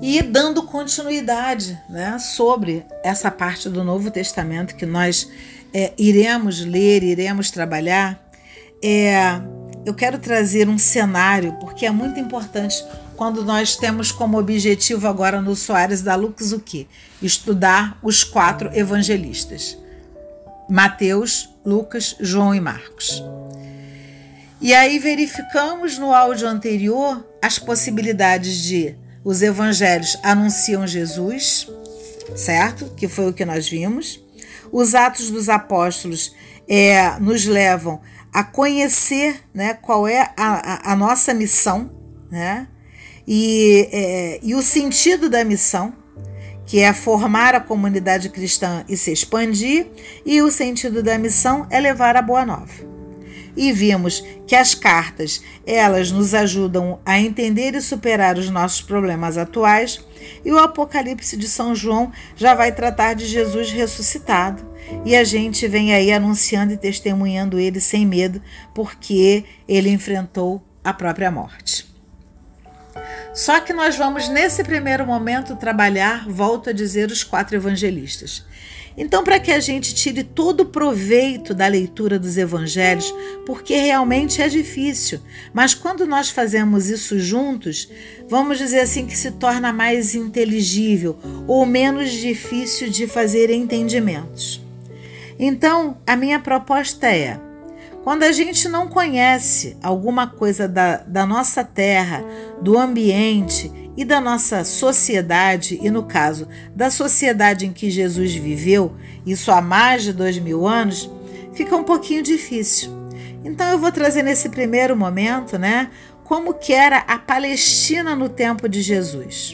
e dando continuidade, né, sobre essa parte do Novo Testamento que nós iremos ler, iremos trabalhar. Eu quero trazer um cenário, porque é muito importante quando nós temos como objetivo agora no Soares da Lux o quê? Estudar os 4 evangelistas: Mateus, Lucas, João e Marcos. E aí verificamos no áudio anterior as possibilidades de os evangelhos anunciam Jesus, certo? Que foi o que nós vimos. Os Atos dos Apóstolos nos levam a conhecer, né, qual é a nossa missão, né? E o sentido da missão, que é formar a comunidade cristã e se expandir, e o sentido da missão é levar a boa nova. E vimos que as cartas, elas nos ajudam a entender e superar os nossos problemas atuais, e o Apocalipse de São João já vai tratar de Jesus ressuscitado, e a gente vem aí anunciando e testemunhando ele sem medo, porque ele enfrentou a própria morte. Só que nós vamos, nesse primeiro momento, trabalhar, volto a dizer, os 4 evangelistas. Então, para que a gente tire todo o proveito da leitura dos evangelhos, porque realmente é difícil, mas quando nós fazemos isso juntos, vamos dizer assim que se torna mais inteligível ou menos difícil de fazer entendimentos. Então, a minha proposta é: quando a gente não conhece alguma coisa da nossa terra, do ambiente e da nossa sociedade, e no caso da sociedade em que Jesus viveu, isso há mais de 2000 anos, fica um pouquinho difícil. Então eu vou trazer nesse primeiro momento, né, como que era a Palestina no tempo de Jesus.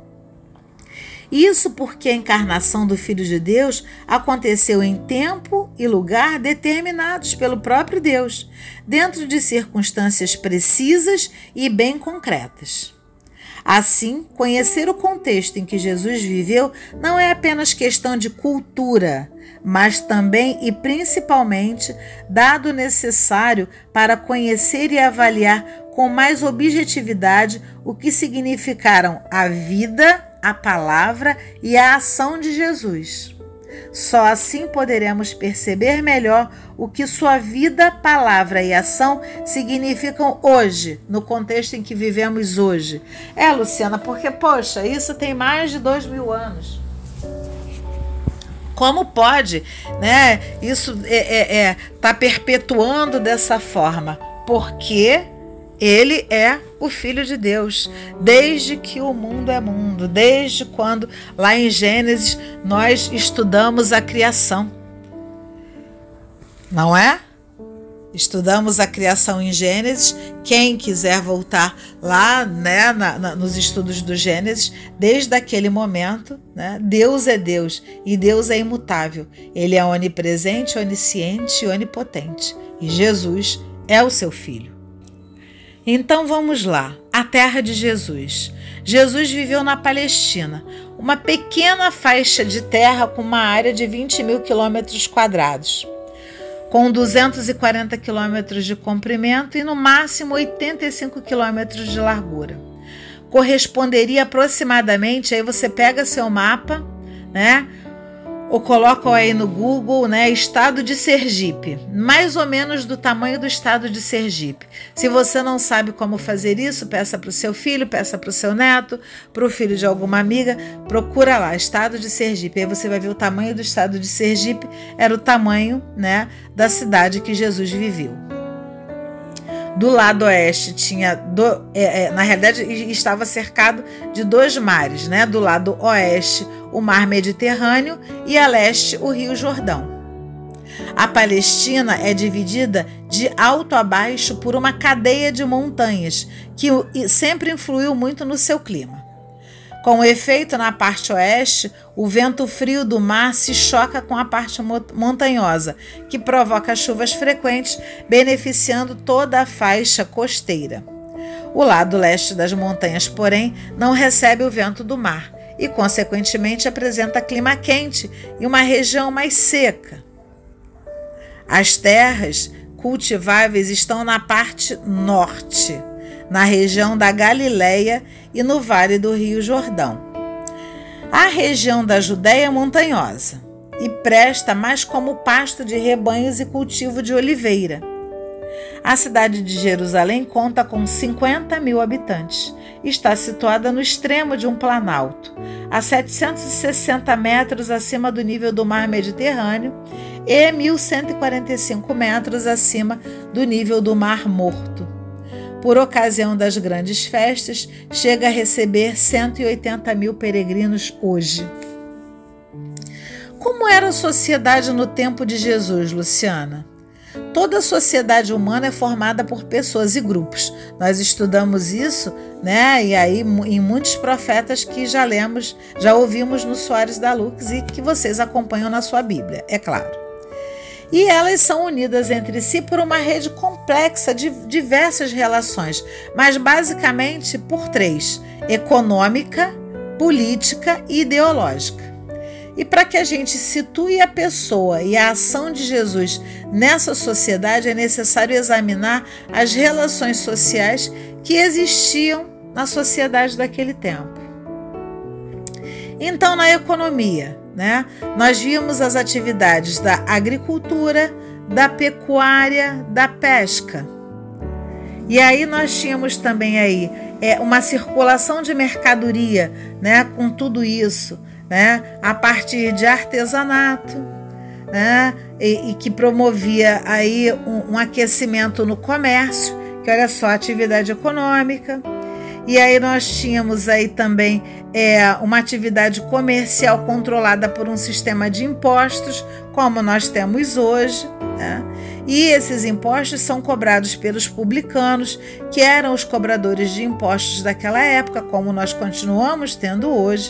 Isso porque a encarnação do Filho de Deus aconteceu em tempo e lugar determinados pelo próprio Deus, dentro de circunstâncias precisas e bem concretas. Assim, conhecer o contexto em que Jesus viveu não é apenas questão de cultura, mas também e principalmente dado necessário para conhecer e avaliar com mais objetividade o que significaram a vida, a palavra e a ação de Jesus. Só assim poderemos perceber melhor o que sua vida, palavra e ação significam hoje, no contexto em que vivemos hoje. Luciana, porque, poxa, isso tem mais de 2000 anos. Como pode, né, isso tá perpetuando dessa forma? Porque ele é o Filho de Deus, desde que o mundo é mundo, desde quando, lá em Gênesis, nós estudamos a criação. Não é? Estudamos a criação em Gênesis. Quem quiser voltar lá, né, nos estudos do Gênesis, desde aquele momento, né, Deus é Deus e Deus é imutável. Ele é onipresente, onisciente e onipotente. E Jesus é o seu Filho. Então vamos lá, a terra de Jesus. Jesus viveu na Palestina, uma pequena faixa de terra com uma área de 20.000 quilômetros quadrados, com 240 quilômetros de comprimento e no máximo 85 quilômetros de largura. Corresponderia aproximadamente, aí você pega seu mapa, né? Ou coloca aí no Google, né, estado de Sergipe, mais ou menos do tamanho do estado de Sergipe. Se você não sabe como fazer isso, peça para o seu filho, peça para o seu neto, para o filho de alguma amiga, procura lá, estado de Sergipe. Aí você vai ver o tamanho do estado de Sergipe, era o tamanho, né, da cidade que Jesus viveu. Do lado oeste tinha, na realidade estava cercado de 2 mares, né? Do lado oeste o mar Mediterrâneo e a leste o Rio Jordão. A Palestina é dividida de alto a baixo por uma cadeia de montanhas que sempre influiu muito no seu clima. Com efeito, na parte oeste, o vento frio do mar se choca com a parte montanhosa, que provoca chuvas frequentes, beneficiando toda a faixa costeira. O lado leste das montanhas, porém, não recebe o vento do mar e, consequentemente, apresenta clima quente e uma região mais seca. As terras cultiváveis estão na parte norte. na região da Galileia e no Vale do Rio Jordão. A região da Judéia é montanhosa e presta mais como pasto de rebanhos e cultivo de oliveira. A cidade de Jerusalém conta com 50 mil habitantes e está situada no extremo de um planalto, a 760 metros acima do nível do mar Mediterrâneo e 1.145 metros acima do nível do Mar Morto. Por ocasião das grandes festas, chega a receber 180 mil peregrinos hoje. Como era a sociedade no tempo de Jesus, Luciana? Toda a sociedade humana é formada por pessoas e grupos. Nós estudamos isso, né? E aí em muitos profetas que já ouvimos no Soares da Lux e que vocês acompanham na sua Bíblia, é claro. E elas são unidas entre si por uma rede complexa de diversas relações, mas basicamente por três: econômica, política e ideológica. E para que a gente situe a pessoa e a ação de Jesus nessa sociedade, é necessário examinar as relações sociais que existiam na sociedade daquele tempo. Então, na economia, né, nós vimos as atividades da agricultura, da pecuária, da pesca. E aí nós tínhamos também aí uma circulação de mercadoria, né, com tudo isso, né, a partir de artesanato, né, e que promovia aí um aquecimento no comércio, que olha só, atividade econômica. E aí nós tínhamos aí também uma atividade comercial controlada por um sistema de impostos, como nós temos hoje, né? E esses impostos são cobrados pelos publicanos, que eram os cobradores de impostos daquela época, como nós continuamos tendo hoje.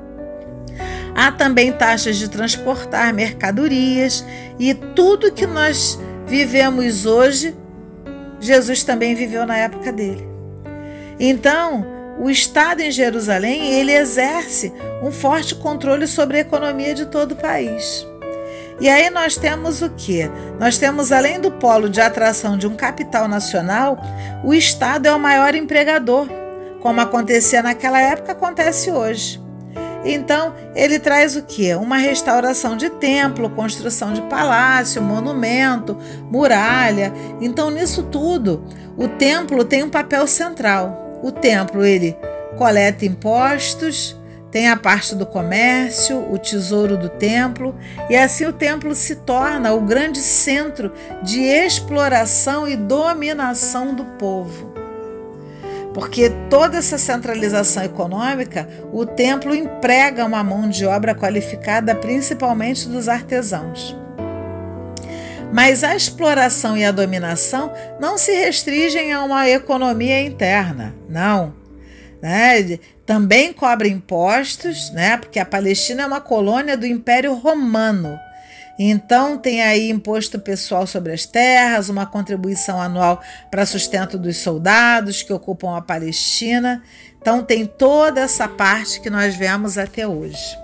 Há também taxas de transportar mercadorias, e tudo que nós vivemos hoje, Jesus também viveu na época dele. Então, o Estado em Jerusalém, ele exerce um forte controle sobre a economia de todo o país. E aí nós temos o quê? Nós temos, além do polo de atração de um capital nacional, o Estado é o maior empregador. Como acontecia naquela época, acontece hoje. Então, ele traz o quê? Uma restauração de templo, construção de palácio, monumento, muralha. Então, nisso tudo, o templo tem um papel central. O templo, ele coleta impostos, tem a parte do comércio, o tesouro do templo, e assim o templo se torna o grande centro de exploração e dominação do povo. Porque toda essa centralização econômica, o templo emprega uma mão de obra qualificada, principalmente dos artesãos. Mas a exploração e a dominação não se restringem a uma economia interna, não. Né? Também cobra impostos, né? Porque a Palestina é uma colônia do Império Romano. Então tem aí imposto pessoal sobre as terras, uma contribuição anual para sustento dos soldados que ocupam a Palestina. Então tem toda essa parte que nós vemos até hoje.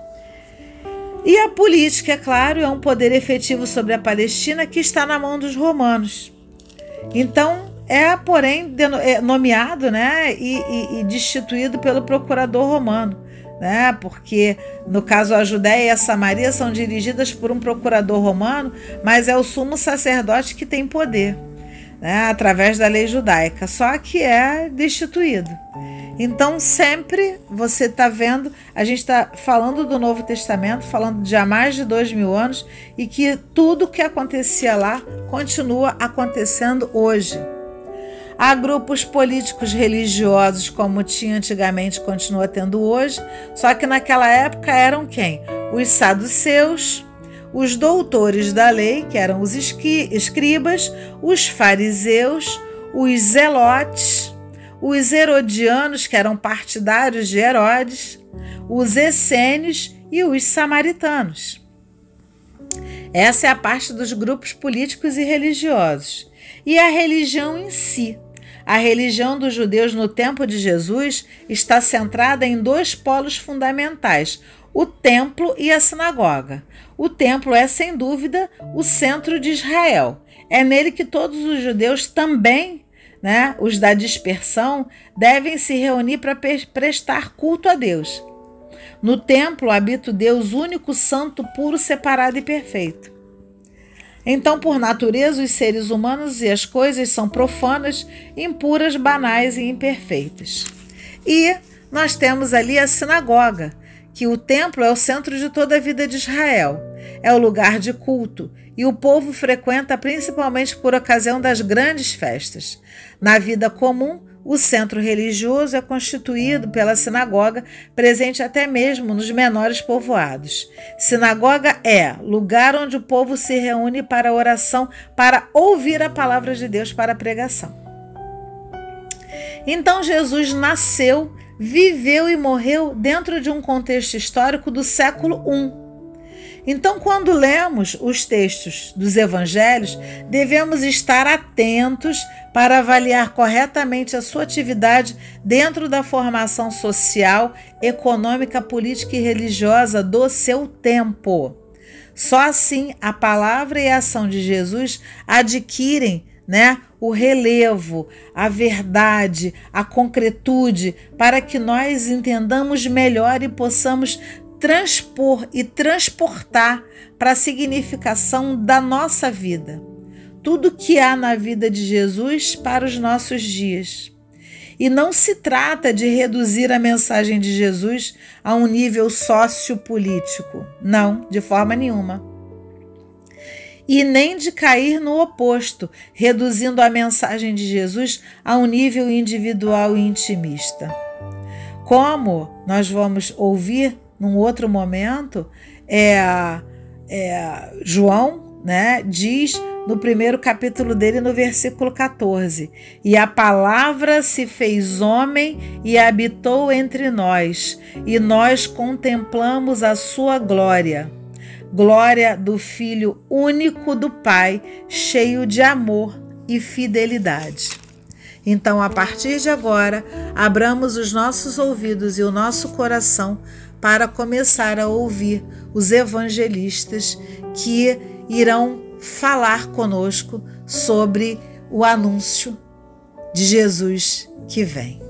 E a política, é claro, é um poder efetivo sobre a Palestina que está na mão dos romanos. Então porém, nomeado, né, e destituído pelo procurador romano. Né? Porque, no caso, a Judéia e a Samaria são dirigidas por um procurador romano, mas é o sumo sacerdote que tem poder, né? Através da lei judaica, só que é destituído. Então, sempre você está vendo, a gente está falando do Novo Testamento, falando de há mais de 2000 anos, e que tudo que acontecia lá continua acontecendo hoje. Há grupos políticos religiosos, como tinha antigamente, continua tendo hoje, só que naquela época eram quem? Os saduceus, os doutores da lei, que eram os escribas, os fariseus, os zelotes, os herodianos, que eram partidários de Herodes, os essênios e os samaritanos. Essa é a parte dos grupos políticos e religiosos. E a religião em si. A religião dos judeus no tempo de Jesus está centrada em dois polos fundamentais, o templo e a sinagoga. O templo é, sem dúvida, o centro de Israel. É nele que todos os judeus também, né, os da dispersão, devem se reunir para prestar culto a Deus. No templo habita o Deus único, santo, puro, separado e perfeito. Então, por natureza, os seres humanos e as coisas são profanas, impuras, banais e imperfeitas. E nós temos ali a sinagoga, que o templo é o centro de toda a vida de Israel. É o lugar de culto e o povo frequenta principalmente por ocasião das grandes festas. Na vida comum, o centro religioso é constituído pela sinagoga, presente até mesmo nos menores povoados. Sinagoga é lugar onde o povo se reúne para oração, para ouvir a palavra de Deus, para a pregação. Então Jesus nasceu, viveu e morreu dentro de um contexto histórico do século I. Então, quando lemos os textos dos evangelhos, devemos estar atentos para avaliar corretamente a sua atividade dentro da formação social, econômica, política e religiosa do seu tempo. Só assim a palavra e a ação de Jesus adquirem, o relevo, a verdade, a concretude, para que nós entendamos melhor e possamos transpor e transportar para a significação da nossa vida. Tudo que há na vida de Jesus para os nossos dias. E não se trata de reduzir a mensagem de Jesus a um nível sociopolítico. Não, de forma nenhuma. E nem de cair no oposto, reduzindo a mensagem de Jesus a um nível individual e intimista. Como nós vamos ouvir num outro momento, João, diz no primeiro capítulo dele, no versículo 14, e a palavra se fez homem e habitou entre nós, e nós contemplamos a sua glória, glória do Filho único do Pai, cheio de amor e fidelidade. Então, a partir de agora, abramos os nossos ouvidos e o nosso coração para começar a ouvir os evangelistas que irão falar conosco sobre o anúncio de Jesus que vem.